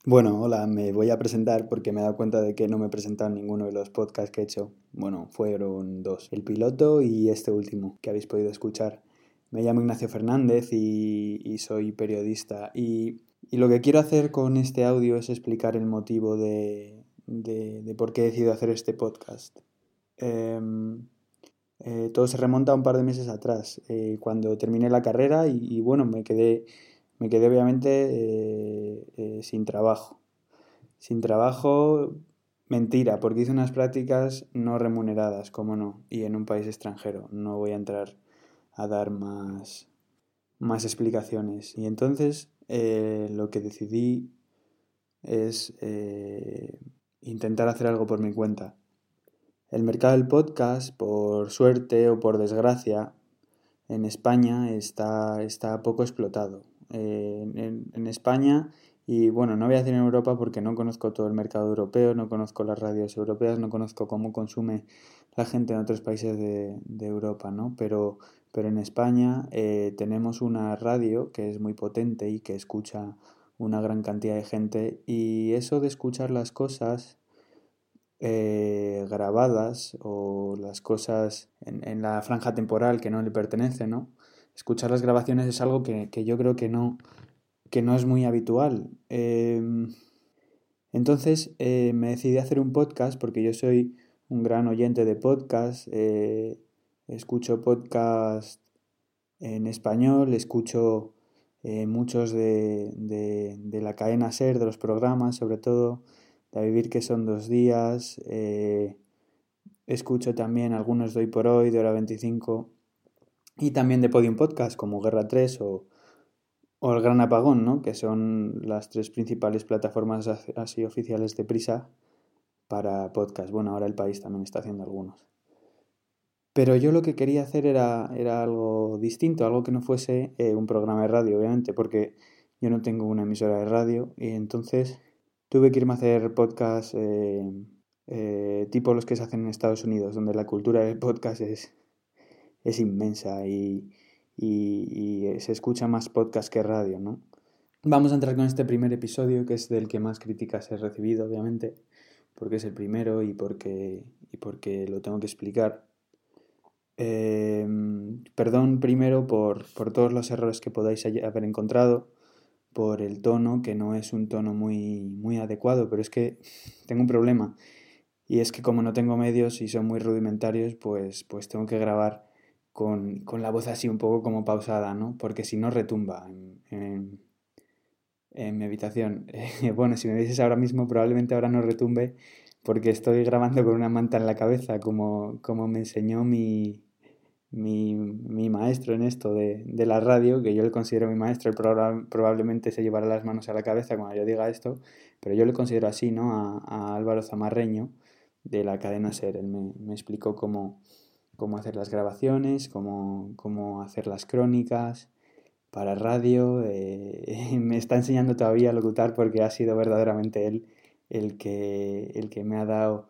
Bueno, hola, me voy a presentar porque me he dado cuenta de que no me he presentado en ninguno de los podcasts que he hecho. Bueno, fueron dos, el piloto y este último que habéis podido escuchar. Me llamo Ignacio Fernández y soy periodista y lo que quiero hacer con este audio es explicar el motivo de por qué he decidido hacer este podcast. Em, Todo se remonta a un par de meses atrás, cuando terminé la carrera y bueno, me quedé obviamente sin trabajo. Sin trabajo, mentira, porque hice unas prácticas no remuneradas, como no, y en un país extranjero. No voy a entrar a dar más explicaciones. Y entonces lo que decidí es intentar hacer algo por mi cuenta. El mercado del podcast, por suerte o por desgracia, en España está poco explotado. En España, y bueno, no voy a decir en Europa porque no conozco todo el mercado europeo, no conozco las radios europeas, no conozco cómo consume la gente en otros países de Europa, ¿no? Pero en España tenemos una radio que es muy potente y que escucha una gran cantidad de gente, y eso de escuchar las cosas grabadas o las cosas en la franja temporal que no le pertenece, ¿no? Escuchar las grabaciones es algo que yo creo que no es muy habitual. Entonces me decidí a hacer un podcast porque yo soy un gran oyente de podcast. Escucho podcast en español, escucho muchos de la cadena SER, de los programas, sobre todo de A Vivir que son 2 días. Escucho también algunos de Hoy por Hoy, de Hora 25, y también de Podium Podcast, como Guerra 3 o El Gran Apagón, ¿no? Que son las tres principales plataformas así oficiales de Prisa para podcast. Bueno, ahora El País también está haciendo algunos. Pero yo lo que quería hacer era algo distinto, algo que no fuese un programa de radio, obviamente, porque yo no tengo una emisora de radio y entonces tuve que irme a hacer podcast tipo los que se hacen en Estados Unidos, donde la cultura del podcast es inmensa y se escucha más podcast que radio, ¿no? Vamos a entrar con este primer episodio, que es del que más críticas he recibido, obviamente, porque es el primero y porque lo tengo que explicar. Perdón primero por todos los errores que podáis haber encontrado, por el tono, que no es un tono muy adecuado, pero es que tengo un problema. Y es que como no tengo medios y son muy rudimentarios, pues tengo que grabar con la voz así un poco como pausada, ¿no? Porque si no retumba en mi habitación. Bueno, si me dices ahora mismo, probablemente ahora no retumbe porque estoy grabando con una manta en la cabeza, como me enseñó mi maestro en esto de la radio, que yo le considero mi maestro. Él probablemente se llevará las manos a la cabeza cuando yo diga esto, pero yo le considero así, ¿no? A Álvaro Zamarreño, de la cadena SER. Él me explicó cómo hacer las grabaciones, cómo hacer las crónicas para radio. Me está enseñando todavía a locutar porque ha sido verdaderamente él el que me ha dado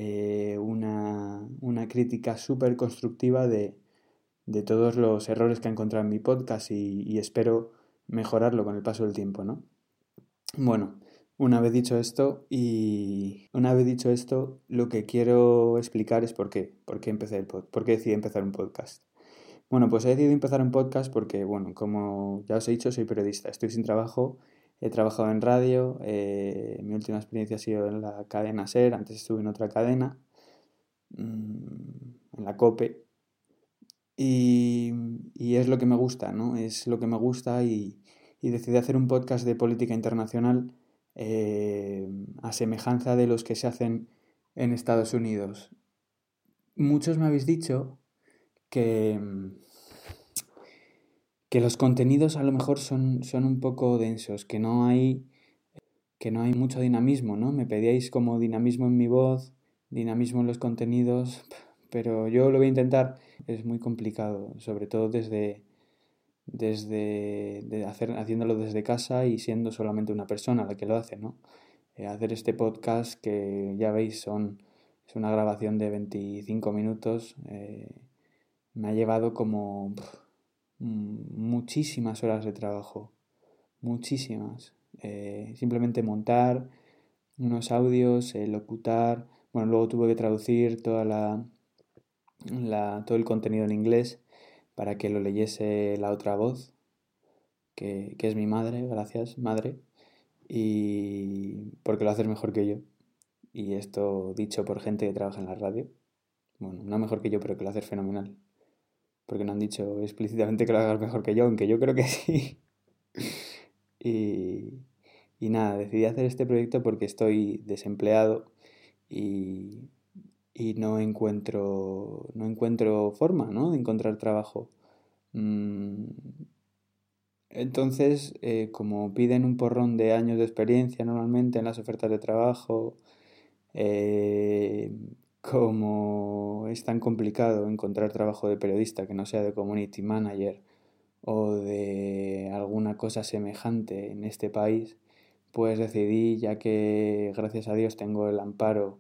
una crítica súper constructiva de todos los errores que ha encontrado en mi podcast y espero mejorarlo con el paso del tiempo, ¿no? Bueno, una vez dicho esto, lo que quiero explicar es por qué decidí empezar un podcast. Bueno, pues he decidido empezar un podcast porque, bueno, como ya os he dicho, soy periodista, estoy sin trabajo, he trabajado en radio, mi última experiencia ha sido en la cadena SER, antes estuve en otra cadena, en la COPE, y es lo que me gusta, ¿no? Es lo que me gusta y decidí hacer un podcast de política internacional a semejanza de los que se hacen en Estados Unidos. Muchos me habéis dicho que, que los contenidos a lo mejor son un poco densos, que no hay mucho dinamismo, ¿no? Me pedíais como dinamismo en mi voz, dinamismo en los contenidos, pero yo lo voy a intentar. Es muy complicado, sobre todo haciéndolo desde casa y siendo solamente una persona la que lo hace, ¿no? Hacer este podcast que ya veis es una grabación de 25 minutos, me ha llevado como muchísimas horas de trabajo, muchísimas. Simplemente montar unos audios, locutar. Bueno, luego tuve que traducir todo el contenido en inglés para que lo leyese la otra voz, que es mi madre, gracias, madre, y porque lo haces mejor que yo. Y esto dicho por gente que trabaja en la radio. Bueno, no mejor que yo, pero que lo haces fenomenal. Porque no han dicho explícitamente que lo hagas mejor que yo, aunque yo creo que sí. Y, y nada, decidí hacer este proyecto porque estoy desempleado y, y no encuentro forma, ¿no?, de encontrar trabajo. Mm, Entonces, como piden un porrón de años de experiencia normalmente en las ofertas de trabajo, eh, como es tan complicado encontrar trabajo de periodista que no sea de community manager o de alguna cosa semejante en este país, pues decidí, ya que gracias a Dios tengo el amparo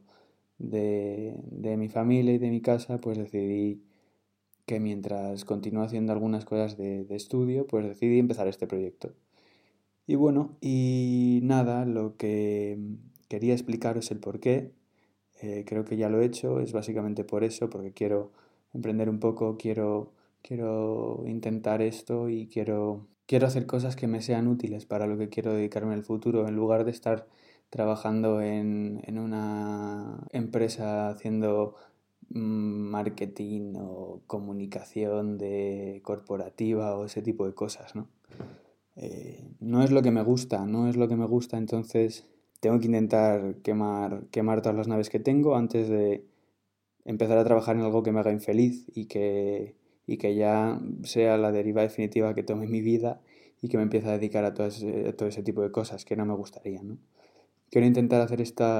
de mi familia y de mi casa, pues decidí que mientras continúo haciendo algunas cosas de estudio, pues decidí empezar este proyecto. Y bueno, y nada, lo que quería explicaros el por qué, creo que ya lo he hecho, es básicamente por eso, porque quiero emprender un poco, quiero intentar esto y quiero hacer cosas que me sean útiles para lo que quiero dedicarme en el futuro, en lugar de estar trabajando en una empresa haciendo marketing o comunicación de corporativa o ese tipo de cosas, ¿no? No es lo que me gusta, no es lo que me gusta, entonces tengo que intentar quemar todas las naves que tengo antes de empezar a trabajar en algo que me haga infeliz y que ya sea la deriva definitiva que tome mi vida y que me empiece a dedicar a todo ese tipo de cosas que no me gustaría, ¿no? Quiero intentar hacer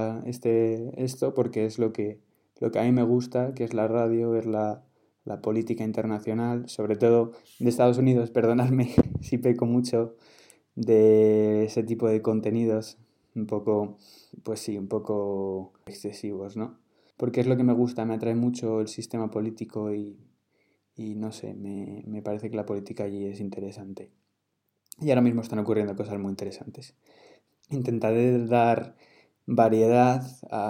esto porque es lo que a mí me gusta, que es la radio, es la política internacional, sobre todo de Estados Unidos, perdonadme si peco mucho de ese tipo de contenidos un poco, pues sí, un poco excesivos, ¿no? Porque es lo que me gusta, me atrae mucho el sistema político y no sé, me parece que la política allí es interesante. Y ahora mismo están ocurriendo cosas muy interesantes. Intentaré dar variedad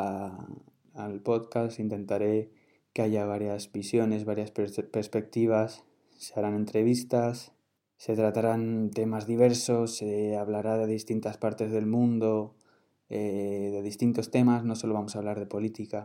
al podcast, intentaré que haya varias visiones, varias perspectivas, se harán entrevistas, se tratarán temas diversos, se hablará de distintas partes del mundo, de distintos temas, no solo vamos a hablar de política.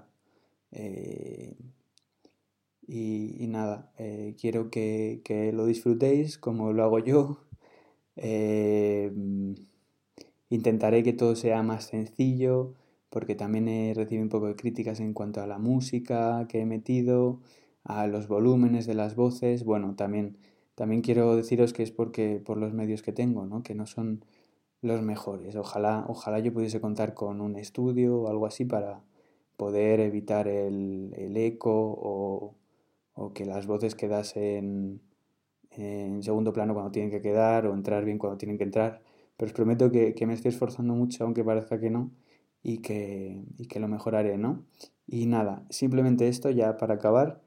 Y nada, quiero que lo disfrutéis como lo hago yo. Eh, Intentaré que todo sea más sencillo, porque también he recibido un poco de críticas en cuanto a la música que he metido, a los volúmenes de las voces. Bueno, también quiero deciros que es porque por los medios que tengo, ¿no?, que no son los mejores. Ojalá yo pudiese contar con un estudio o algo así para poder evitar el eco o que las voces quedasen en segundo plano cuando tienen que quedar o entrar bien cuando tienen que entrar. Pero os prometo que me estoy esforzando mucho, aunque parezca que no, y que lo mejoraré, ¿no? Y nada, simplemente esto ya para acabar.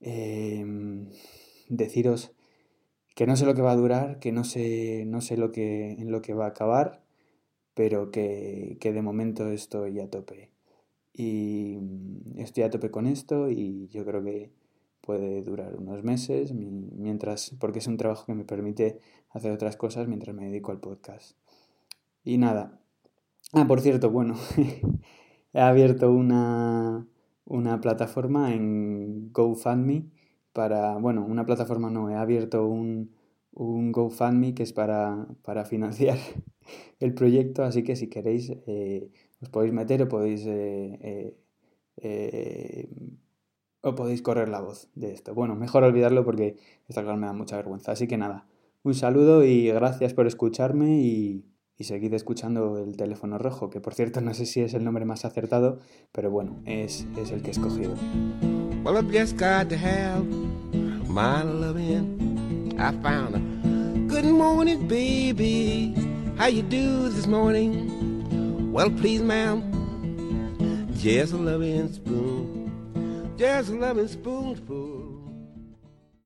Deciros que no sé lo que va a durar, que no sé en lo que va a acabar, pero que de momento estoy a tope. Y estoy a tope con esto y yo creo que puede durar unos meses, porque es un trabajo que me permite hacer otras cosas mientras me dedico al podcast. Y nada. Por cierto, bueno, he abierto una plataforma en GoFundMe bueno, una plataforma no, he abierto un GoFundMe que es para financiar el proyecto, así que si queréis os podéis meter o podéis correr la voz de esto. Bueno, mejor olvidarlo porque esta cosa me da mucha vergüenza. Así que nada, un saludo y gracias por escucharme y seguid escuchando El Teléfono Rojo, que por cierto no sé si es el nombre más acertado, pero bueno, es el que he escogido. Well, I've just got to have my loving. I found a good morning, baby. How you do this morning? Well, please, ma'am, just a loving spoon. Just a loving spoonful.